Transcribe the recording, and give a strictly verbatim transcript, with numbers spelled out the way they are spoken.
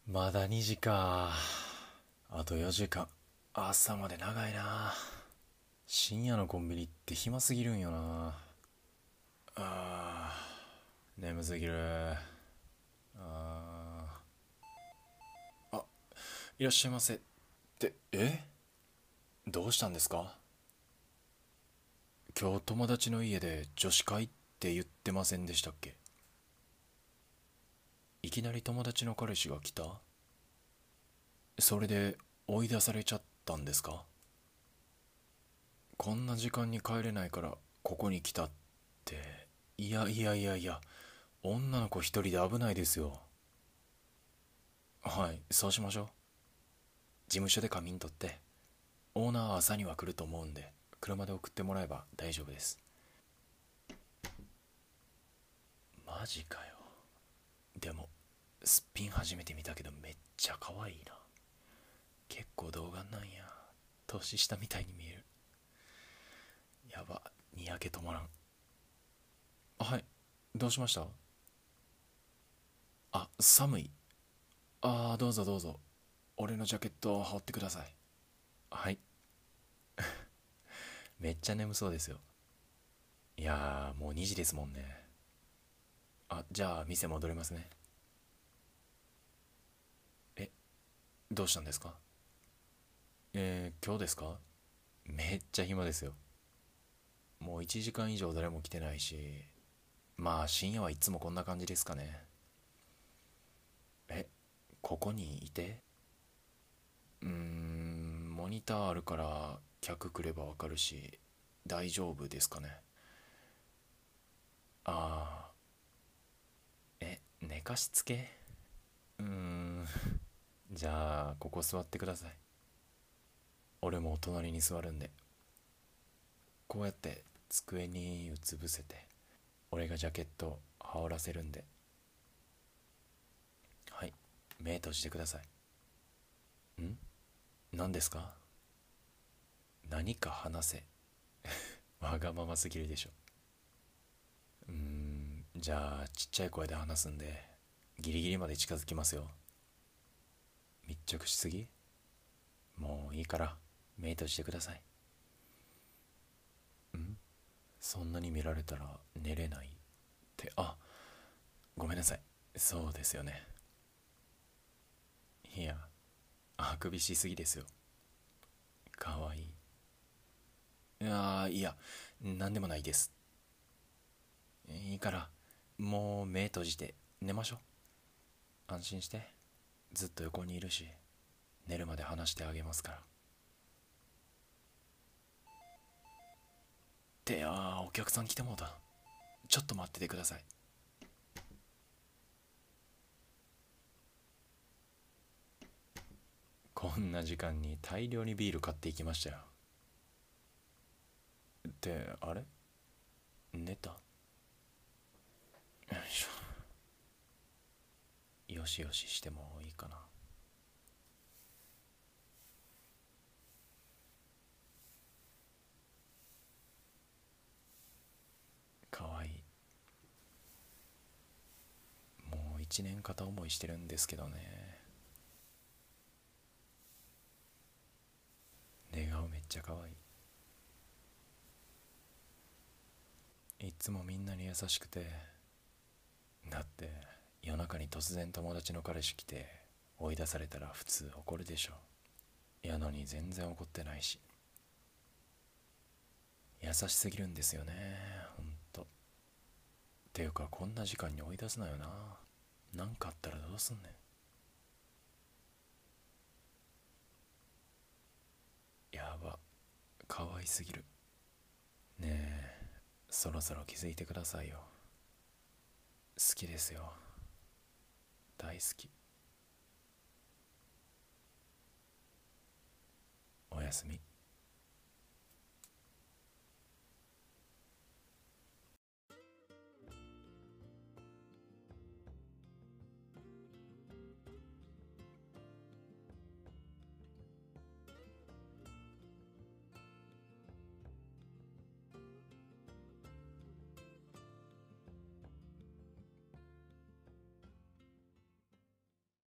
まだにじか。あとよじかん。朝まで長いな。深夜のコンビニって暇すぎるんよな。あー眠すぎる。あーあ、いらっしゃいませって。え、どうしたんですか？今日友達の家で女子会って言ってませんでしたっけ？いきなり友達の彼氏が来た？それで追い出されちゃったんですか？こんな時間に帰れないからここに来たって。いやいやいやいや、女の子一人で危ないですよ。はい、そうしましょう。事務所で仮眠取って、オーナーは朝には来ると思うんで車で送ってもらえば大丈夫です。マジかよ。でもすっぴん初めて見たけどめっちゃ可愛いな。結構童顔なんや。年下みたいに見える。やば、にやけ止まらん。はい、どうしました？あ、寒い。ああ、どうぞどうぞ。俺のジャケットを羽織ってください。はい。めっちゃ眠そうですよ。いやー、もうにじですもんね。あ、じゃあ店戻りますね。え、どうしたんですか？えー、今日ですか？めっちゃ暇ですよ。もういちじかん以上誰も来てないし、まあ深夜はいつもこんな感じですかね。え、ここにいて？うーん、モニターあるから客来ればわかるし、大丈夫ですかね。あー、え、寝かしつけ？うーん、じゃあここ座ってください。俺も隣に座るんで。こうやって机にうつ伏せて、俺がジャケット羽織らせるんで。はい、目閉じてください。ん、何ですか？何か話せ。わがまますぎるでしょ。うーん、じゃあちっちゃい声で話すんでギリギリまで近づきますよ。密着しすぎ？もういいから目閉じてください。ん、そんなに見られたら寝れないって。あ、ごめんなさい。そうですよね。いや、あくびしすぎですよ。かわいい。いやー、いや、なんでもないです。いいからもう目閉じて寝ましょう。安心して。ずっと横にいるし、寝るまで話してあげますから。ってあー、お客さん来てもうた。ちょっと待っててください。こんな時間に大量にビール買っていきましたよ。ってあれ、寝た？よいしょ。よしよししてもいいかな。かわいい。もう一年片思いしてるんですけどね。寝顔めっちゃかわいい。いつもみんなに優しくて。だって夜中に突然友達の彼氏来て追い出されたら普通怒るでしょ。やのに全然怒ってないし、優しすぎるんですよね、ほんと。ていうかこんな時間に追い出すなよな。なんかあったらどうすんねん。やば、可愛すぎる。ねえ、そろそろ気づいてくださいよ。好きですよ。大好き。おやすみ。